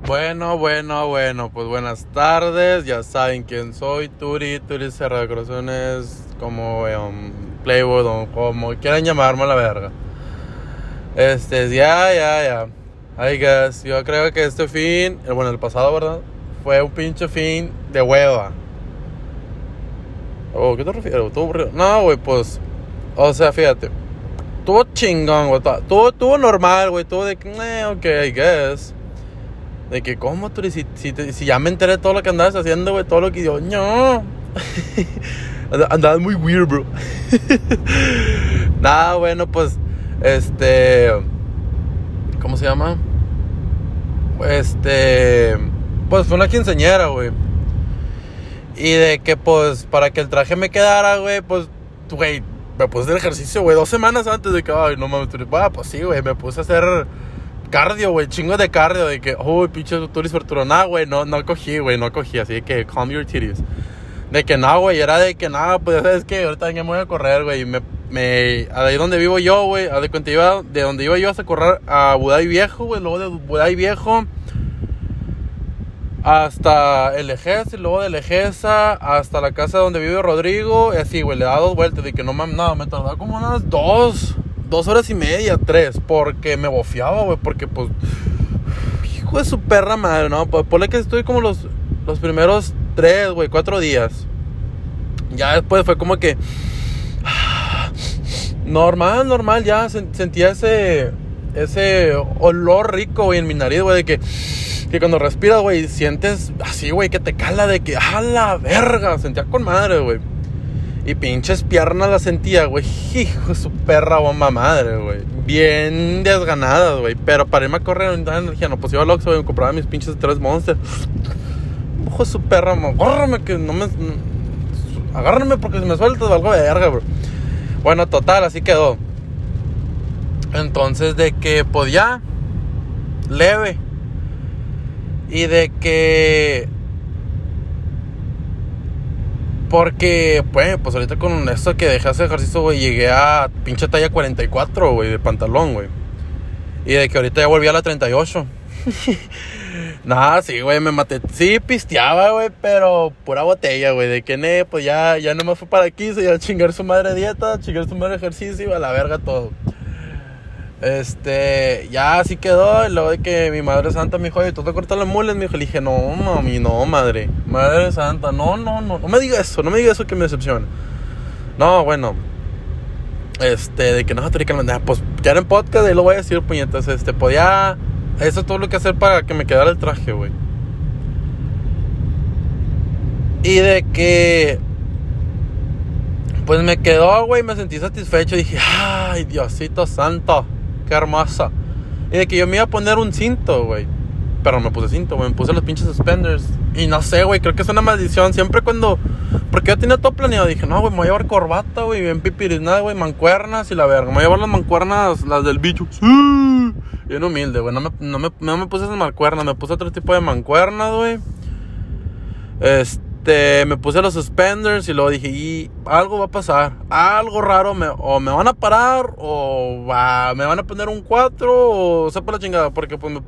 Bueno, pues buenas tardes, ya saben quién soy, Turi Cerrado de Corazones, como Playboy, o como quieran llamarme a la verga. Ya, I guess, yo creo que este fin, el pasado, ¿verdad? Fue un pinche fin de hueva. ¿Qué te refieres? ¿Estuvo aburrido? No, güey, pues, o sea, fíjate, estuvo chingón, güey, estuvo normal, güey, estuvo de que, ok, I guess. De que, ¿cómo tú? Si ya me enteré de todo lo que andabas haciendo, güey, todo lo que yo, no. Andabas muy weird, bro. Nada, bueno, pues, ¿cómo se llama? Pues fue una quinceañera, güey. Y de que, pues, para que el traje me quedara, güey, pues, güey, me puse el ejercicio, güey, 2 semanas antes de que, ay, no mames, pues sí, güey, me puse a hacer cardio, güey, chingo de cardio, de que, pinche Turis Fortuna, nada, güey, no cogí, así de que, calm your titties, de que no, güey, era de que nada, pues, ya sabes que ahorita ya me voy a correr, güey, de ahí donde vivo yo, güey, de cuenta de donde iba yo hasta correr a Buday Viejo, güey, luego de Buday Viejo hasta el Ejeza, y luego del Ejeza hasta la casa donde vive Rodrigo, y así, güey, le da 2 vueltas, de que no mames, nada, me tardaba como unas 2 horas y media, 3, porque me bofiaba, güey, porque pues, hijo de su perra madre, ¿no? Pues ponle que estoy como los primeros 3, güey, 4 días. Ya después fue como que normal, ya sentía ese olor rico, güey, en mi nariz, güey, de que cuando respiras, güey, sientes así, güey, que te cala, de que, ¡a la verga! Sentía con madre, güey. Y pinches piernas las sentía, güey. Hijo de su perra bomba madre, güey. Bien desganadas, güey. Pero para irme a correr no tenía energía. No, pues iba al Oxxo, güey, me compraba mis pinches 3 Monster. Hijo de su perra, agárrame que no me... Agárrame porque si me sueltas algo de verga, bro. Bueno, total, así quedó. Entonces, de que podía leve. Y de que... Porque, pues ahorita con esto que dejé hacer ejercicio, güey, llegué a pinche talla 44, güey, de pantalón, güey. Y de que ahorita ya volví a la 38. Nada, sí, güey, me maté. Sí, pisteaba, güey, pero pura botella, güey. De que, pues ya nomás fue para aquí, ya chingar su madre dieta, chingar su madre ejercicio y a la verga todo. Ya así quedó. Y luego de que mi madre santa me dijo, oye, ¿tú te cortas las mulas? Me dijo, le dije, no, mami, no, madre santa, no me diga eso que me decepciona. No, bueno, de que no, pues ya en podcast, ahí lo voy a decir, puñetas, podía, eso es todo lo que hacer para que me quedara el traje, güey. Y de que, pues me quedó, güey, me sentí satisfecho. Dije, ay, Diosito santo, qué hermosa. Y de que yo me iba a poner un cinto, güey. Pero no me puse cinto, güey. Me puse los pinches suspenders. Y no sé, güey, creo que es una maldición. Siempre cuando... Porque yo tenía todo planeado. Dije, no, güey, me voy a llevar corbata, güey. Bien pipiris, nada, güey. Mancuernas y la verga. Me voy a llevar las mancuernas, las del bicho. Sí. Bien humilde, güey. No me puse esas mancuernas. Me puse otro tipo de mancuernas, güey. Me puse los suspenders y luego dije, y algo va a pasar, algo raro, o me van a parar, o me van a poner un 4, o sepa la chingada, porque pues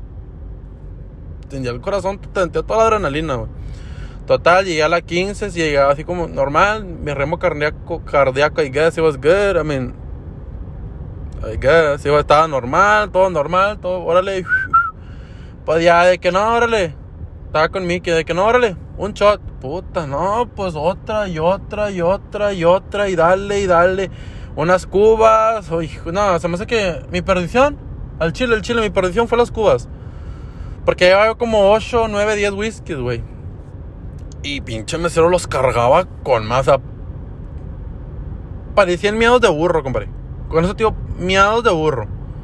tenía el corazón, tenía toda la adrenalina, güey. Total, llegué a la 15, si llegaba así como normal, mi ritmo cardíaco, I guess it was good, I guess, estaba normal, todo, órale, pues ya de que no, órale. Estaba con Mickey, de que no, órale, un shot. Puta, no, pues otra, y dale. Unas cubas. Uy, no, se me hace que mi perdición, al chile, mi perdición fue las cubas. Porque llevaba como 8, 9, 10 whiskies, güey. Y pinche mesero los cargaba con masa. Parecían miados de burro, compadre. Con eso, tío, miados de burro.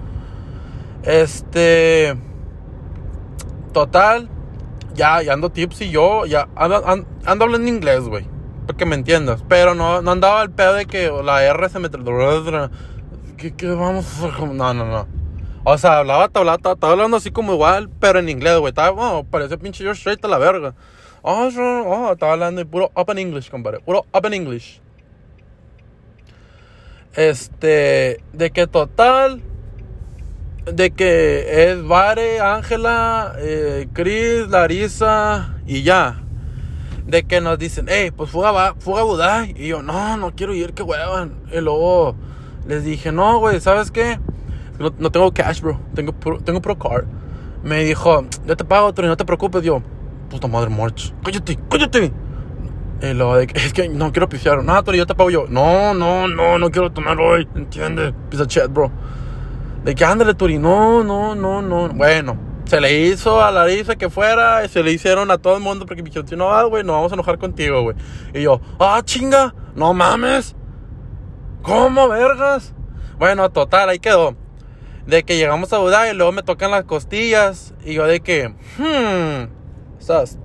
Total. Ya ando tipsy, yo ya ando hablando inglés, güey, para que me entiendas. Pero no andaba el pedo de que la R se me... ¿Qué vamos a hacer? No. O sea, estaba hablando así como igual, pero en inglés, güey. Parecía pinche George Strait a la verga. Estaba hablando en puro up in English, compadre. Puro up in English. De que total... de que es Vare, Ángela, Chris, Larisa y ya. De que nos dicen, pues fuga a Budai. Y yo, no quiero ir, qué huevan. Y luego les dije, no, güey, ¿sabes qué? No tengo cash, bro. Tengo pro card. Me dijo, yo te pago, Tony, no te preocupes. Yo, puta madre, March. Cállate. Y luego, es que no quiero pifiar. No, Tony, yo te pago. Yo, no quiero tomar hoy. ¿Entiendes? Pisa chat, bro. De que ándale, Turi, no. Bueno, se le hizo a Larisa que fuera, y se le hicieron a todo el mundo porque me dijeron, si no vas, güey, nos vamos a enojar contigo, güey. Y yo, chinga, no mames. ¿Cómo, vergas? Bueno, total, ahí quedó. De que llegamos a Budai y luego me tocan las costillas. Y yo de que, ¿sabes?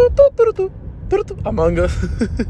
Among Us.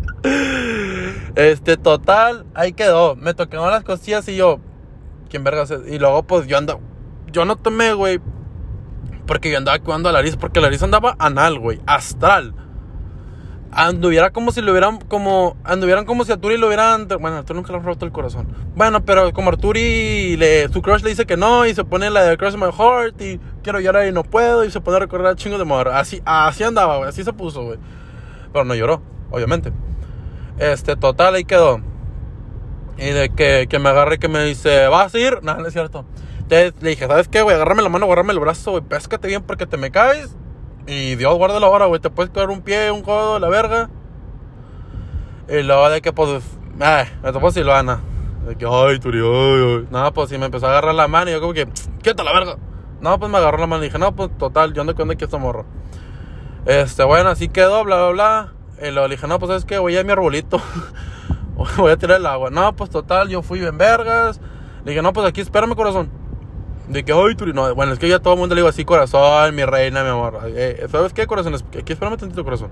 Total, ahí quedó. Me tocaron las costillas y yo, ¿quién vergas es? Y luego pues yo no tomé, güey, porque yo andaba cuidando a Larisa, porque Larisa andaba anal, güey, astral. Anduvieran como si a Turi le hubieran, bueno, a Turi nunca le han roto el corazón. Bueno, pero como Arturi su crush le dice que no, y se pone la de Cross My Heart, y quiero llorar y no puedo, y se pone a recordar chingos de amor. Así andaba, güey, así se puso, güey. Pero no lloró, obviamente. Total, ahí quedó. Y de que me agarre y que me dice, ¿vas a ir? No es cierto. Entonces le dije, ¿sabes qué, güey? Agárrame la mano, agárrame el brazo, güey. Péscate bien porque te me caes. Y Dios guarde la hora, güey. Te puedes quedar un pie, un codo, la verga. Y luego de que, pues, me topó Silvana. De que, ay, Turi, ay. No, pues, sí, me empezó a agarrar la mano. Y yo como que, quédate la verga. No, pues, me agarró la mano. Y dije, no, pues, total, yo ando con aquí esta morro. Bueno, así quedó, bla, bla, bla. Y luego le dije, no, pues, ¿sabes qué? Voy a mi arbolito. Voy a tirar el agua. No, pues, total, yo fui bien vergas. Le dije, no, pues, aquí espérame, corazón. De que, ay, Turi, no. Bueno, es que yo a todo el mundo le digo así, corazón, mi reina, mi amor. ¿Sabes qué, corazón? Aquí espérame tantito, corazón.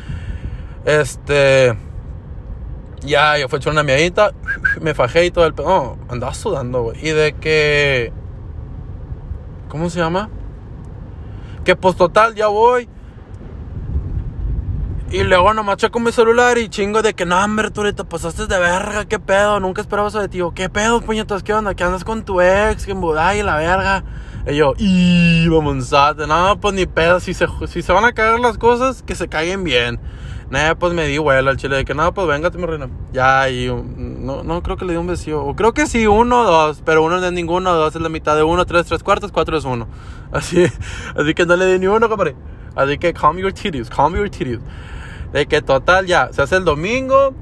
Ya, yo fui a echar una miadita. Me fajé y todo el pedo. No, andaba sudando, güey. Y de que, ¿cómo se llama? Que pues total, ya voy. Y luego nomás checo mi celular y chingo de que, no, hombre, tú ahorita pasaste de verga, qué pedo, nunca esperaba eso de ti. ¿Qué pedo, puñetas? ¿Qué onda? ¿Qué andas con tu ex? Que en Budai, la verga. Y yo, mamonzate. No, pues ni pedo, si se van a cagar las cosas, que se caguen bien. Pues me di vuelo al chile de que, no, pues véngate, mi reina. Ya, y no creo que le di un besillo. O creo que sí, 1 o 2, pero 1 no es ninguno, 2 es la mitad de 1, 3 3/4, 4 es 1. Así que no le di ni uno, compadre. Así que calm your titties. De que total, ya, se hace el domingo.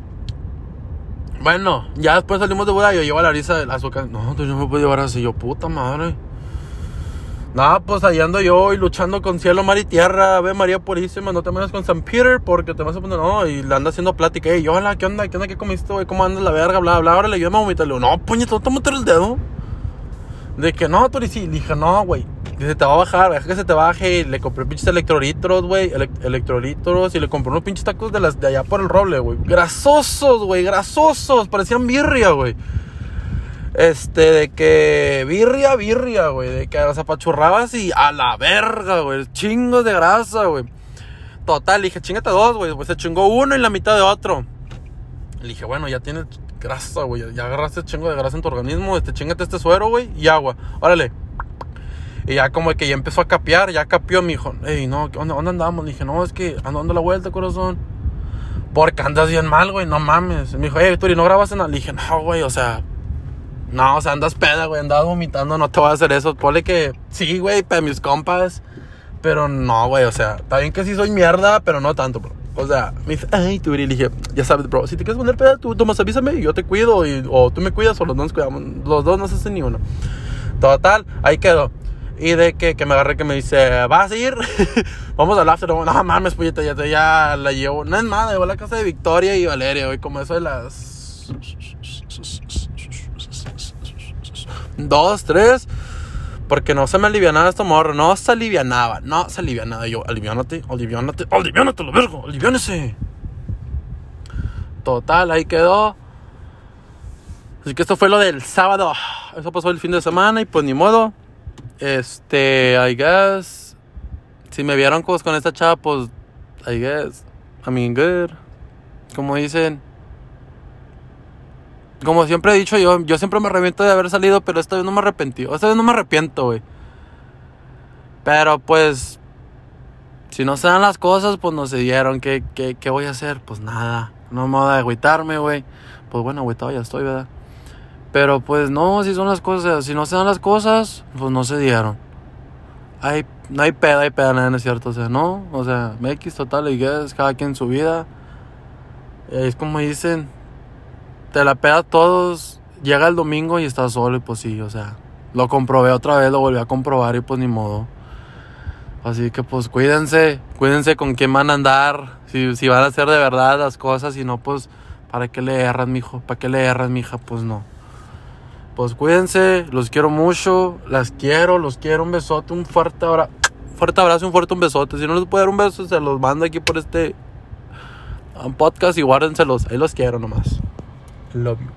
Bueno, ya después salimos de Budai. Yo llevo a Larisa a su casa. No, pues yo no me puedo llevar así. Yo, puta madre. No, pues ahí ando yo y luchando con cielo, mar y tierra. Ave María Purísima, no te metas con San Peter porque te vas a poner. No, y le anda haciendo plática. Y yo, hola, ¿qué onda? ¿Qué comiste, güey? ¿Cómo andas la verga? Bla, bla. Ahora le ayudé a vomitarle. No, puñeto, tómate el dedo. De que no, Turi, sí. Le dije, no, güey. Dice, te va a bajar, deja que se te baje. Y le compré pinches electrolitros, güey. Electrolitros. Y le compré unos pinches tacos de allá por el Roble, güey. Grasosos, güey. Grasosos. Parecían birria, güey. De que birria, güey. De que las apachurrabas y a la verga, güey. Chingos de grasa, güey. Total, le dije, chingate 2, güey. Pues se chingó uno y la mitad de otro. Le dije, bueno, ya tienes grasa, güey. Ya agarraste chingo de grasa en tu organismo. Chingate este suero, güey. Y agua. Órale. Y ya como que ya empezó a capear. Ya capió, me dijo, no, ¿dónde andamos? Le dije, no, es que ando dando la vuelta, corazón. Porque andas bien mal, güey. No mames. Me dijo, Turi, ¿no grabas nada? Le dije, no, güey, o sea, andas peda, güey, andas vomitando, no te voy a hacer eso. Ponle que sí, güey, para mis compas. Pero no, güey, o sea, está bien que sí soy mierda, pero no tanto, bro. O sea, me dice, Turi, le dije, ya sabes, bro, si te quieres poner peda, tú más avísame y yo te cuido. O tú me cuidas o los dos nos cuidamos. Los dos no se hacen ni uno. Total, ahí quedó. Y de que me agarré que me dice, ¿vas a ir? Vamos al after. No mames, puñeta, ya la llevo. No es nada, llevo a la casa de Victoria y Valeria, güey, como eso de las 2, 3. Porque no se me alivianaba esta morra. No se alivianaba. Y yo, aliviánate, lo vergo, aliviánese. Total, ahí quedó. Así que esto fue lo del sábado. Eso pasó el fin de semana y pues ni modo. I guess. Si me vieron con esta chava, pues I guess. I mean, good. Como dicen. como siempre he dicho yo siempre me arrepiento de haber salido, pero esta vez no me arrepentí. Esta vez no me arrepiento, güey. Pero pues, si no se dan las cosas, pues no se dieron. ¿Qué voy a hacer? Pues nada. No me voy a agüitarme, güey. Pues bueno, agüitado ya estoy, ¿verdad? Pero pues no, si son las cosas, si no se dan las cosas, pues no se dieron. No hay peda, nada, no es cierto. O sea, no, o sea, MX total y guess, cada quien su vida. Es como dicen, te la peda todos, llega el domingo y estás solo y pues sí, o sea, lo comprobé otra vez, lo volví a comprobar y pues ni modo. Así que pues cuídense con quién van a andar, si van a hacer de verdad las cosas, si no pues, ¿para qué le erras, mijo? ¿Para qué le erras, mija? Pues no. Pues cuídense, los quiero mucho, los quiero, un besote, un fuerte abrazo, un besote. Si no les puedo dar un beso, se los mando aquí por este podcast y guárdenselos. Ahí los quiero nomás. Love you.